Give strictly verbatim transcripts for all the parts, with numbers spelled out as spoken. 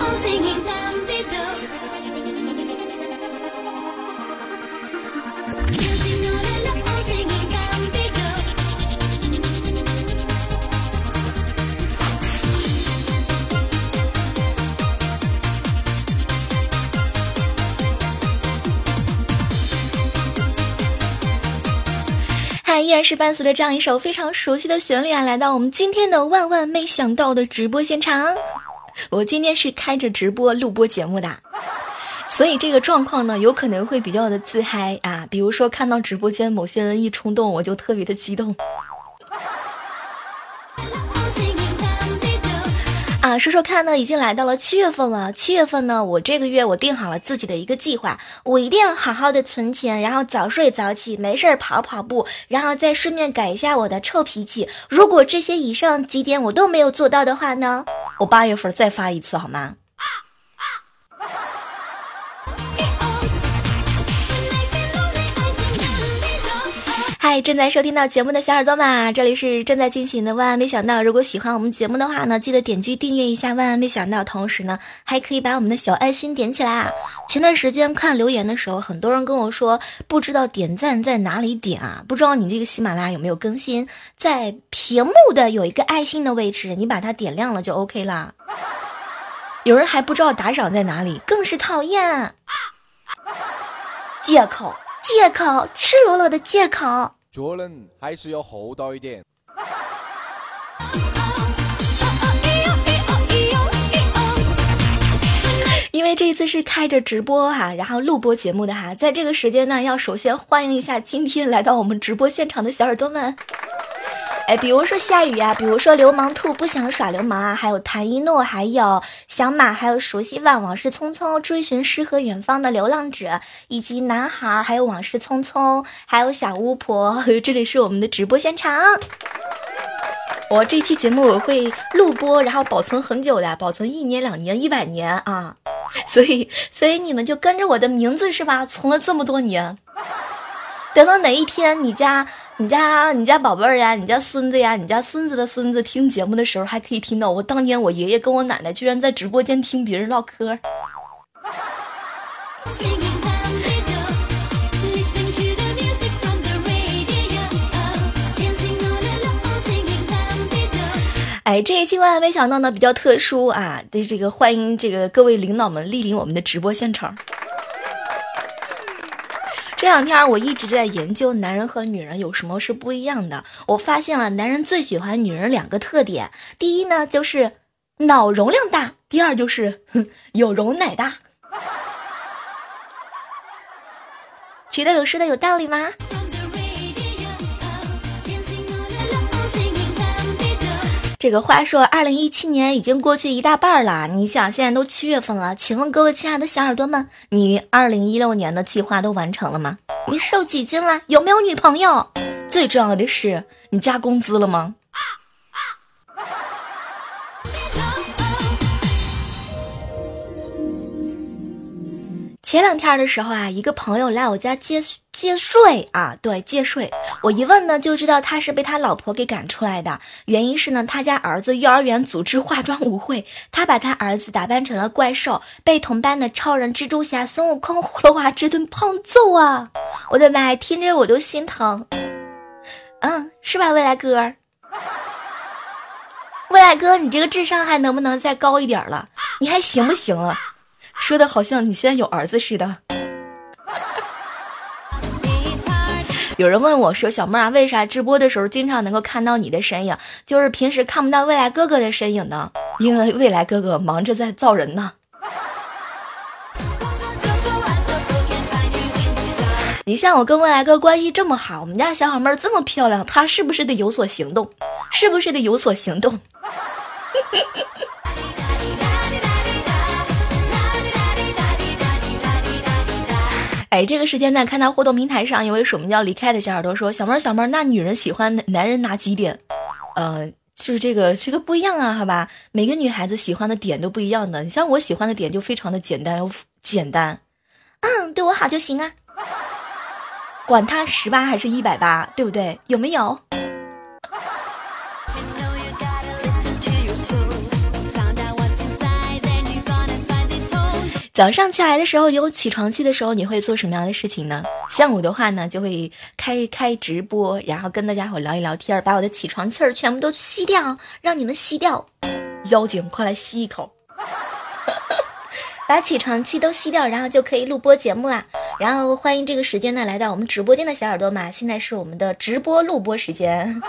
依然是伴随着这样一首非常熟悉的旋律啊，来到我们今天的万万没想到的直播现场。我今天是开着直播录播节目的，所以这个状况呢有可能会比较的自嗨啊，比如说看到直播间某些人一冲动，我就特别的激动啊。说说看呢，已经来到了七月份了。七月份呢，我这个月我定好了自己的一个计划，我一定要好好的存钱，然后早睡早起，没事跑跑步，然后再顺便改一下我的臭脾气。如果这些以上几点我都没有做到的话呢，我八月份再发一次好吗？嗨，正在收听到节目的小耳朵们，这里是正在进行的万万没想到。如果喜欢我们节目的话呢，记得点击订阅一下万万没想到，同时呢还可以把我们的小爱心点起来。前段时间看留言的时候，很多人跟我说不知道点赞在哪里点啊，不知道你这个喜马拉雅有没有更新，在屏幕的有一个爱心的位置，你把它点亮了就 OK 啦。有人还不知道打赏在哪里，更是讨厌。借口借口，赤裸裸的借口。 做人还是要厚道一点。 因为这一次是开着直播哈、啊，然后录播节目的哈、啊，在这个时间呢，要首先欢迎一下今天来到我们直播现场的小耳朵们。哎，比如说夏雨啊，比如说流氓兔不想耍流氓啊，还有谭一诺，还有小马，还有熟悉万往事匆匆，追寻诗和远方的流浪者，以及男孩，还有往事匆匆，还有小巫婆。这里是我们的直播现场。我这期节目我会录播，然后保存很久的，保存一年、两年、一百年啊！所以，所以你们就跟着我的名字是吧？存了这么多年，等到哪一天你家。你家你家宝贝儿呀，你家孙子呀，你家孙子的孙子听节目的时候，还可以听到我当年我爷爷跟我奶奶居然在直播间听别人唠嗑。哎，这一期万万没想到呢，比较特殊啊！对，这个欢迎这个各位领导们莅临我们的直播现场。这两天我一直在研究男人和女人有什么是不一样的。我发现了男人最喜欢女人两个特点，第一呢就是脑容量大，第二就是有容乃大。觉得有说的有道理吗？这个话说二零一七年已经过去一大半了，你想现在都七月份了，请问各位亲爱的小耳朵们，你二零一六年的计划都完成了吗？你瘦几斤了？有没有女朋友？最重要的是你加工资了吗？前两天的时候啊，一个朋友来我家接借税啊，对，借税。我一问呢，就知道他是被他老婆给赶出来的。原因是呢，他家儿子幼儿园组织化妆舞会，他把他儿子打扮成了怪兽，被同班的超人、蜘蛛侠、孙悟空、葫芦娃这顿胖揍啊！我的妈，听着我都心疼。嗯，是吧，未来哥？未来哥，你这个智商还能不能再高一点了？你还行不行了？说的好像你现在有儿子似的。有人问我说，小妹啊，为啥直播的时候经常能够看到你的身影，就是平时看不到未来哥哥的身影呢？因为未来哥哥忙着在造人呢。你像我跟未来哥关系这么好，我们家小好妹这么漂亮，他是不是得有所行动？是不是得有所行动？哎，这个时间呢，看到互动平台上有位署名叫离开的小耳朵说，小妹儿小妹儿，那女人喜欢男人哪几点？呃，就是这个这个不一样啊，好吧？每个女孩子喜欢的点都不一样的。你像我喜欢的点就非常的简单又简单，嗯，对我好就行啊，管他十八还是一百八，对不对？有没有？ 早上起来的时候有起床气的时候，你会做什么样的事情呢？像我的话呢，就会开开直播，然后跟大家伙聊一聊天，把我的起床气儿全部都吸掉，让你们吸掉。妖精，快来吸一口，把起床气都吸掉，然后就可以录播节目啦。然后欢迎这个时间呢来到我们直播间的小耳朵嘛，现在是我们的直播录播时间。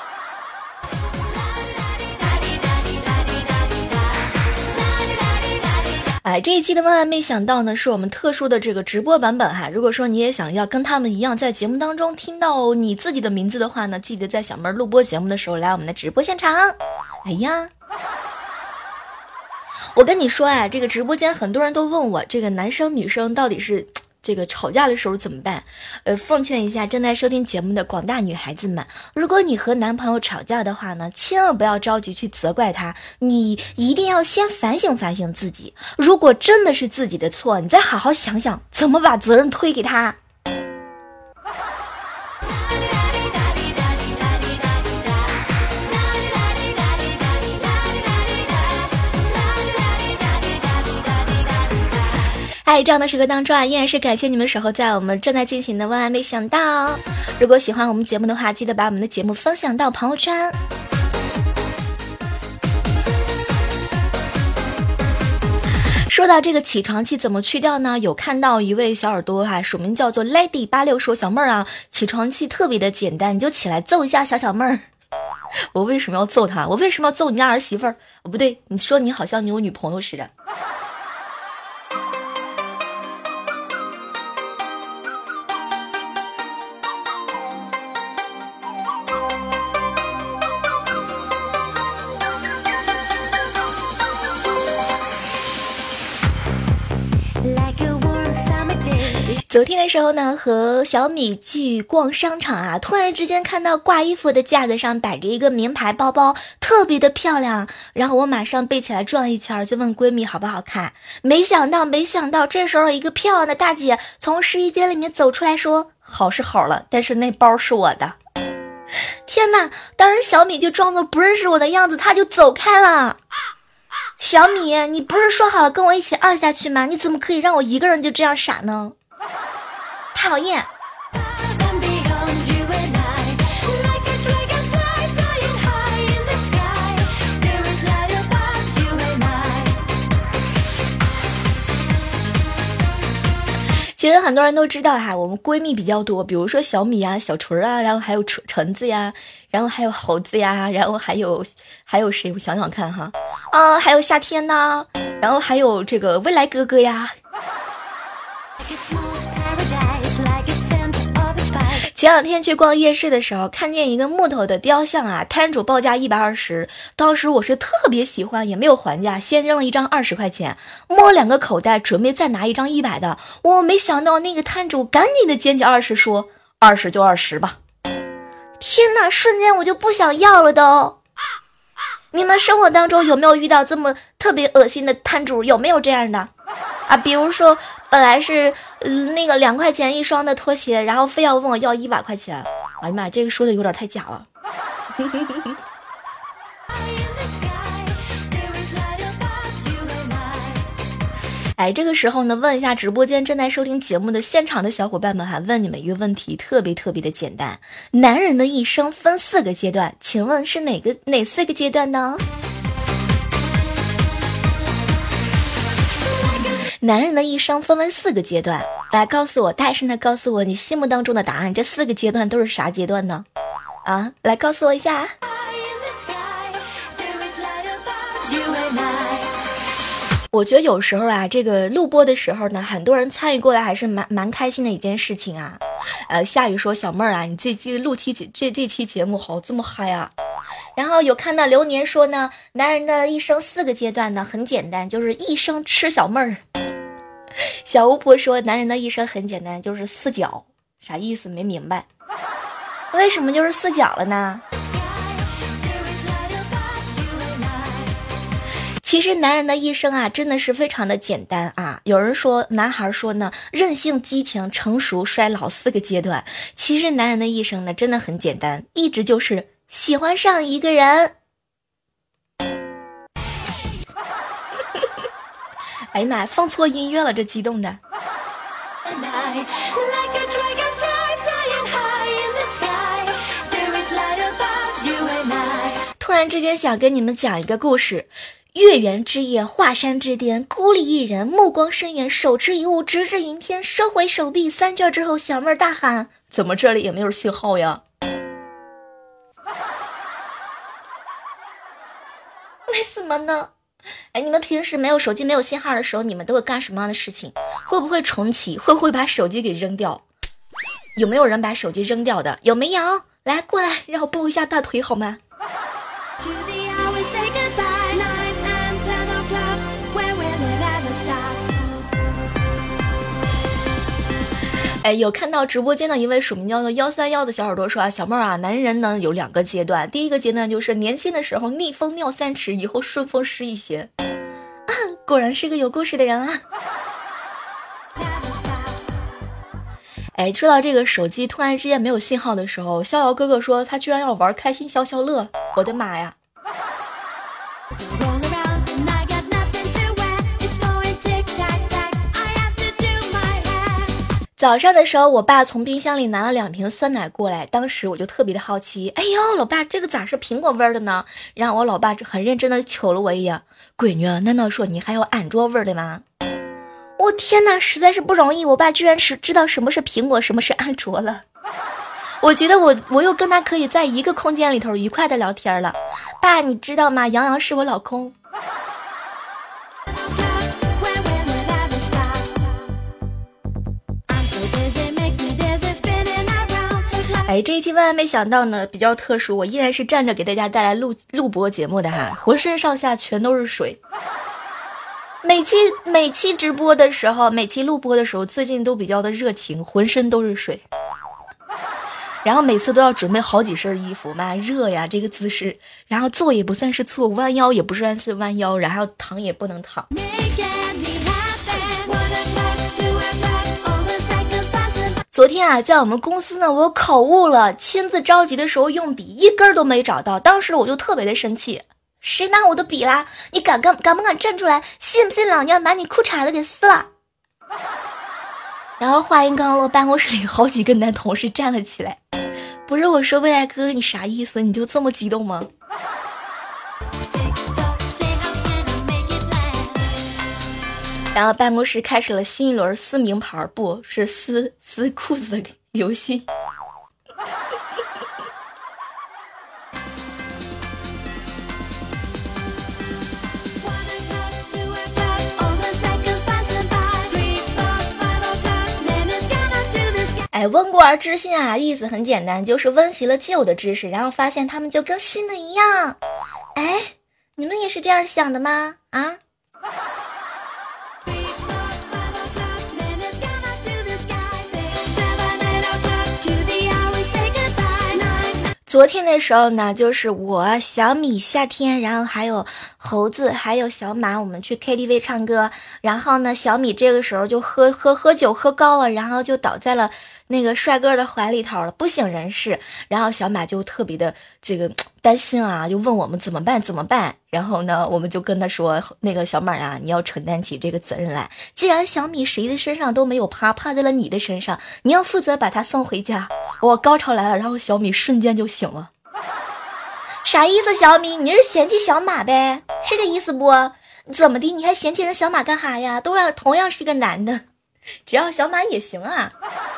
哎，这一期的万万没想到呢，是我们特殊的这个直播版本哈。如果说你也想要跟他们一样，在节目当中听到你自己的名字的话呢，记得在小妹录播节目的时候来我们的直播现场。哎呀，我跟你说啊，这个直播间很多人都问我，这个男生女生到底是这个吵架的时候怎么办？呃，奉劝一下正在收听节目的广大女孩子们，如果你和男朋友吵架的话呢，千万不要着急去责怪他，你一定要先反省反省自己。如果真的是自己的错，你再好好想想怎么把责任推给他。哎，这样的时刻当中啊，依然是感谢你们守候在我们正在进行的万万没想到。如果喜欢我们节目的话，记得把我们的节目分享到朋友圈。说到这个起床气怎么去掉呢？有看到一位小耳朵哈、啊，署名叫做 Lady 八六说，小妹儿啊，起床气特别的简单，你就起来揍一下小小妹儿。我为什么要揍他？我为什么要揍你家儿媳妇儿？哦，不对，你说你好像你有女朋友似的。昨天的时候呢，和小米去逛商场啊，突然之间看到挂衣服的架子上摆着一个名牌包包，特别的漂亮，然后我马上背起来转一圈，就问闺蜜好不好看。没想到没想到这时候一个漂亮的大姐从试衣间里面走出来说，好是好了，但是那包是我的。天哪，当时小米就装作不认识我的样子，她就走开了。小米，你不是说好了跟我一起二下去吗？你怎么可以让我一个人就这样傻呢？讨厌。其实很多人都知道哈，我们闺蜜比较多，比如说小米啊、小纯啊，然后还有橙橙子呀，然后还有猴子呀，然后还有还有谁？我想想看哈，啊，还有夏天呐，然后还有这个未来哥哥呀。前两天去逛夜市的时候，看见一个木头的雕像啊，摊主报价一百二十，当时我是特别喜欢，也没有还价，先扔了一张二十块钱，摸两个口袋，准备再拿一张一百的，我没想到那个摊主赶紧的捡起二十，说二十就二十吧。天哪，瞬间我就不想要了都。你们生活当中有没有遇到这么特别恶心的摊主？有没有这样的啊？比如说本来是、呃、那个两块钱一双的拖鞋，然后非要问我要一百块钱。哎呀妈，这个说的有点太假了。哎，这个时候呢，问一下直播间正在收听节目的现场的小伙伴们，还问你们一个问题，特别特别的简单。男人的一生分四个阶段，请问是哪个哪四个阶段呢？男人的一生分为四个阶段，来告诉我，大声的告诉我你心目当中的答案，这四个阶段都是啥阶段呢？啊，来告诉我一下。我觉得有时候啊，这个录播的时候呢，很多人参与过来还是蛮蛮开心的一件事情啊。呃，夏雨说小妹儿啊，你这这录期这这期节目好这么嗨啊。然后有看到流年说呢，男人的一生四个阶段呢，很简单，就是一生吃小妹儿。小巫婆说男人的一生很简单，就是四角，啥意思没明白？为什么就是四角了呢？其实男人的一生啊，真的是非常的简单啊。有人说，男孩说呢，任性、激情、成熟、衰老四个阶段。其实男人的一生呢，真的很简单，一直就是喜欢上一个人。 哎呀妈呀，放错音乐了，这激动的。突然之间想跟你们讲一个故事。月圆之夜，华山之巅，孤立一人，目光深远，手持一物直至云天，收回手臂。三句之后，小妹儿大喊：怎么这里也没有信号呀？为什么呢？哎，你们平时没有手机没有信号的时候，你们都会干什么样的事情？会不会重启？会不会把手机给扔掉？有没有人把手机扔掉的？有没有？来，过来让我抱一下大腿好吗？哎，有看到直播间的一位署名叫做幺三幺的小耳朵说啊，小妹儿啊，男人呢有两个阶段，第一个阶段就是年轻的时候逆风尿三尺，以后顺风湿一些。啊，果然是个有故事的人啊。哎，说到这个手机突然之间没有信号的时候，逍遥哥哥说他居然要玩开心消消乐，我的妈呀！早上的时候，我爸从冰箱里拿了两瓶酸奶过来，当时我就特别的好奇，哎呦，老爸，这个咋是苹果味的呢？然后我老爸很认真的瞅了我一眼，闺女，难道说你还有安卓味的吗？我天哪，实在是不容易，我爸居然是知道什么是苹果，什么是安卓了。我觉得我我又跟他可以在一个空间里头愉快的聊天了。爸，你知道吗？杨洋是我老公。哎，这一期万万没想到呢，比较特殊，我依然是站着给大家带来录录播节目的哈，浑身上下全都是水。每期每期直播的时候，每期录播的时候，最近都比较的热情，浑身都是水。然后每次都要准备好几身衣服，妈热呀，这个姿势，然后坐也不算是坐，弯腰也不算是弯腰，然后躺也不能躺。昨天啊，在我们公司呢，我有口误了，签字着急的时候用笔一根都没找到，当时我就特别的生气，谁拿我的笔啦？你敢敢敢不敢站出来？信不信老娘把你裤衩子给撕了？然后话音刚落，办公室里好几个男同事站了起来。不是我说，未来哥哥你啥意思？你就这么激动吗？然后办公室开始了新一轮撕名牌，不是撕撕裤子的游戏。哎，温故而知新啊，意思很简单，就是温习了旧的知识，然后发现他们就跟新的一样。哎，你们也是这样想的吗？啊？昨天的时候呢，就是我小米夏天，然后还有猴子还有小马，我们去 K T V 唱歌，然后呢小米这个时候就喝喝喝酒喝高了，然后就倒在了那个帅哥的怀里头了，不省人事。然后小马就特别的这个担心啊，就问我们怎么办怎么办。然后呢我们就跟他说，那个小马啊，你要承担起这个责任来，既然小米谁的身上都没有趴，趴在了你的身上，你要负责把他送回家。我高潮来了，然后小米瞬间就醒了。啥意思？小米你是嫌弃小马呗？是这意思不？怎么的？你还嫌弃人小马干哈呀？都让同样是个男的，只要小马也行啊。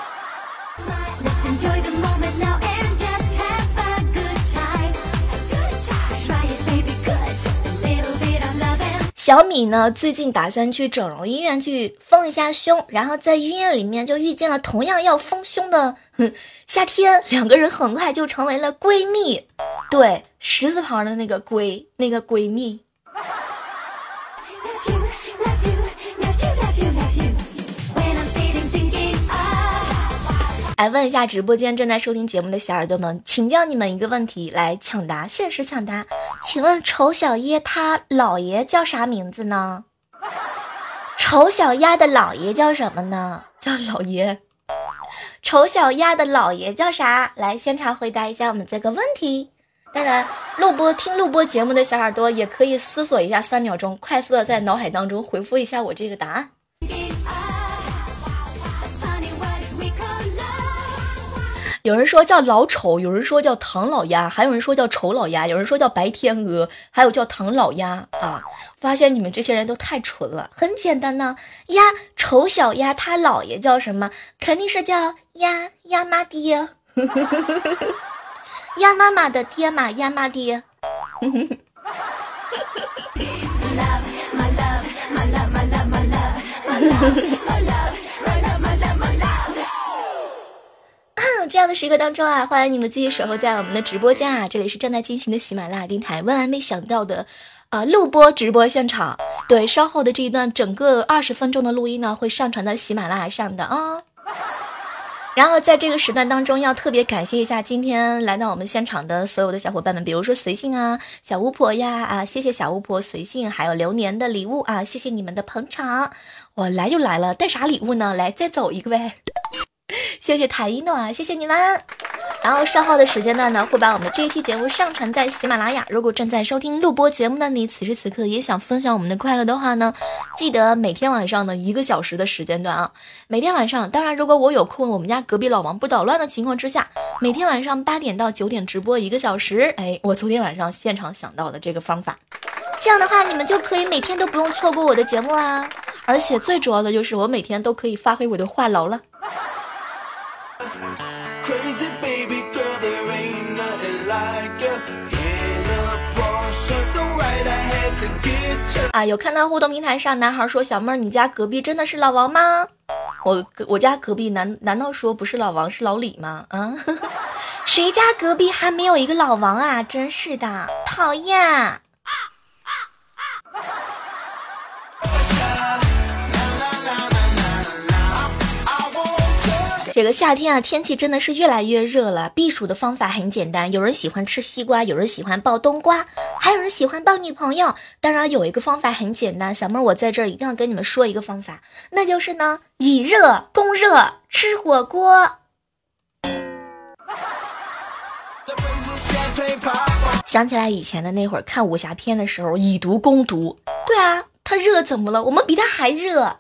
小米呢最近打算去整容医院去丰一下胸，然后在医院里面就遇见了同样要丰胸的哼夏天，两个人很快就成为了闺蜜。对，十字旁的那个闺，那个闺蜜。来问一下直播间正在收听节目的小耳朵们，请教你们一个问题，来抢答，限时抢答。请问丑小鸭他姥爷叫啥名字呢？丑小鸭的姥爷叫什么呢？叫老爷。丑小鸭的姥爷叫啥？来，现场回答一下我们这个问题。 当然，录播听录播节目的小耳朵也可以思索一下三秒钟，快速的在脑海当中回复一下我这个答案。有人说叫老丑，有人说叫唐老鸭，还有人说叫丑老鸭，有人说叫白天鹅，还有叫唐老鸭啊！发现你们这些人都太蠢了，很简单呢，鸭丑小鸭，他姥爷叫什么？肯定是叫鸭鸭妈爹，鸭妈妈的爹嘛，鸭妈爹。这样的时刻当中啊，欢迎你们继续守候在我们的直播间啊！这里是正在进行的喜马拉雅电台，万万没想到的啊、呃，录播直播现场。对，稍后的这一段整个二十分钟的录音呢，会上传到喜马拉雅上的啊。然后在这个时段当中，要特别感谢一下今天来到我们现场的所有的小伙伴们，比如说随性啊、小巫婆呀啊，谢谢小巫婆、随性，还有流年的礼物啊，谢谢你们的捧场。我来就来了，带啥礼物呢？来再走一个呗。谢谢塔伊诺啊，谢谢你们。然后稍后的时间段呢，会把我们这一期节目上传在喜马拉雅。如果正在收听录播节目的你，此时此刻也想分享我们的快乐的话呢，记得每天晚上的一个小时的时间段啊，每天晚上，当然如果我有空，我们家隔壁老王不捣乱的情况之下，每天晚上八点到九点直播一个小时。哎，我昨天晚上现场想到的这个方法，这样的话你们就可以每天都不用错过我的节目啊，而且最主要的就是我每天都可以发挥我的话痨了。啊，有看到互动平台上男孩说，小妹儿你家隔壁真的是老王吗？我我家隔壁难难道说不是老王是老李吗？啊，谁家隔壁还没有一个老王啊？真是的，讨厌。这个夏天啊，天气真的是越来越热了。避暑的方法很简单，有人喜欢吃西瓜，有人喜欢抱冬瓜，还有人喜欢抱女朋友。当然有一个方法很简单，小妹我在这儿一定要跟你们说一个方法，那就是呢，以热攻热，吃火锅。想起来以前的那会儿看武侠片的时候，以毒攻毒。对啊，他热怎么了？我们比他还热。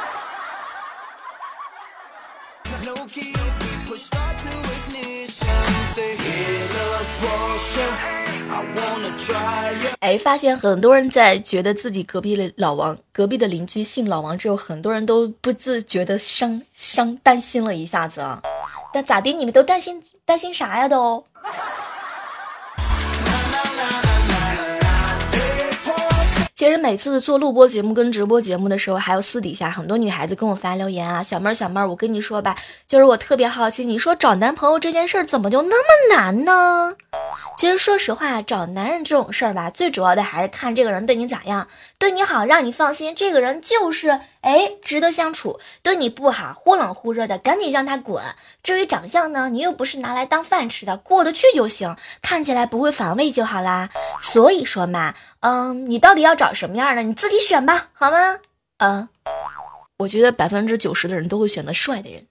哎，发现很多人在觉得自己隔壁的老王，隔壁的邻居姓老王之后，很多人都不自觉的伤伤担心了一下子啊。但咋的？你们都担心担心啥呀都？其实每次做录播节目跟直播节目的时候，还有私底下很多女孩子跟我发留言啊，小妹儿小妹儿，我跟你说吧，就是我特别好奇，你说找男朋友这件事儿怎么就那么难呢？其实说实话，找男人这种事儿吧，最主要的还是看这个人对你咋样，对你好让你放心，这个人就是哎值得相处，对你不好忽冷忽热的，赶紧让他滚。至于长相呢，你又不是拿来当饭吃的，过得去就行，看起来不会反胃就好啦。所以说嘛，嗯，你到底要找什么样的，你自己选吧，好吗？嗯，我觉得百分之九十的人都会选择帅的人。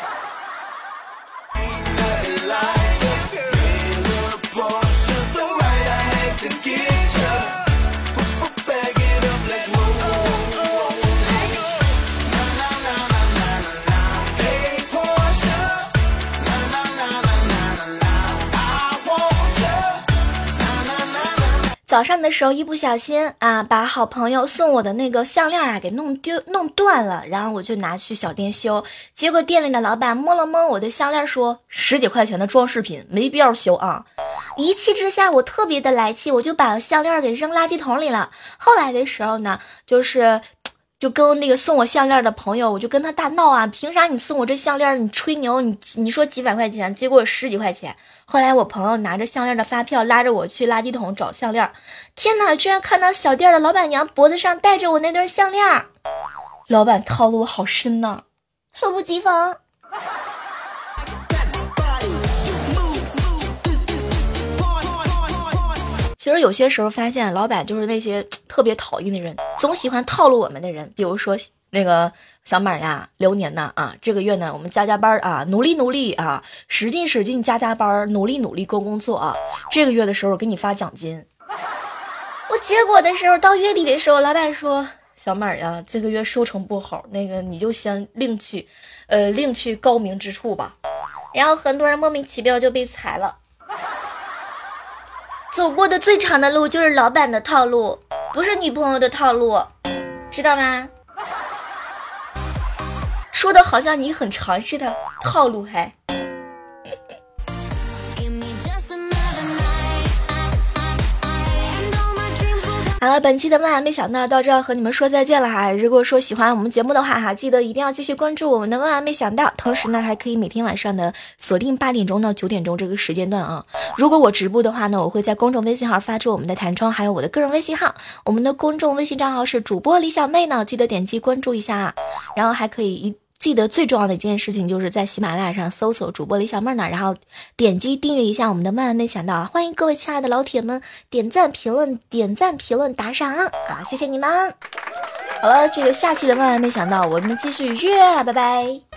早上的时候一不小心啊，把好朋友送我的那个项链啊给弄丢弄断了，然后我就拿去小店修，结果店里的老板摸了摸我的项链说，十几块钱的装饰品没必要修啊。一气之下我特别的来气，我就把项链给扔垃圾桶里了。后来的时候呢，就是就跟那个送我项链的朋友，我就跟他大闹啊，凭啥你送我这项链，你吹牛，你你说几百块钱，结果十几块钱。后来我朋友拿着项链的发票拉着我去垃圾桶找项链，天哪，居然看到小店的老板娘脖子上戴着我那对项链，老板套路好深呐，猝不及防。其实有些时候发现老板就是那些特别讨厌的人，总喜欢套路我们的人，比如说那个小马呀，流年呐啊，这个月呢，我们加加班啊，努力努力啊，使劲使劲加加班，努力努力工工作啊。这个月的时候给你发奖金。我结果的时候到月底的时候，老板说小马呀，这个月收成不好，那个你就先另去，呃，另去高明之处吧。然后很多人莫名其妙就被裁了。走过的最长的路就是老板的套路，不是女朋友的套路，知道吗？说的好像你很尝试的套路还。好了，本期的万万没想到到这要和你们说再见了哈。如果说喜欢我们节目的话哈，记得一定要继续关注我们的万万没想到，同时呢还可以每天晚上的锁定八点钟到九点钟这个时间段啊。如果我直播的话呢，我会在公众微信号发出我们的弹窗，还有我的个人微信号，我们的公众微信账号是主播李小妹呢，记得点击关注一下啊。然后还可以一记得最重要的一件事情，就是在喜马拉雅上搜索主播李小妹呢，然后点击订阅一下我们的万万没想到啊！欢迎各位亲爱的老铁们点赞评论、点赞评论打赏啊！谢谢你们。好了，这个下期的万万没想到，我们继续约，拜拜。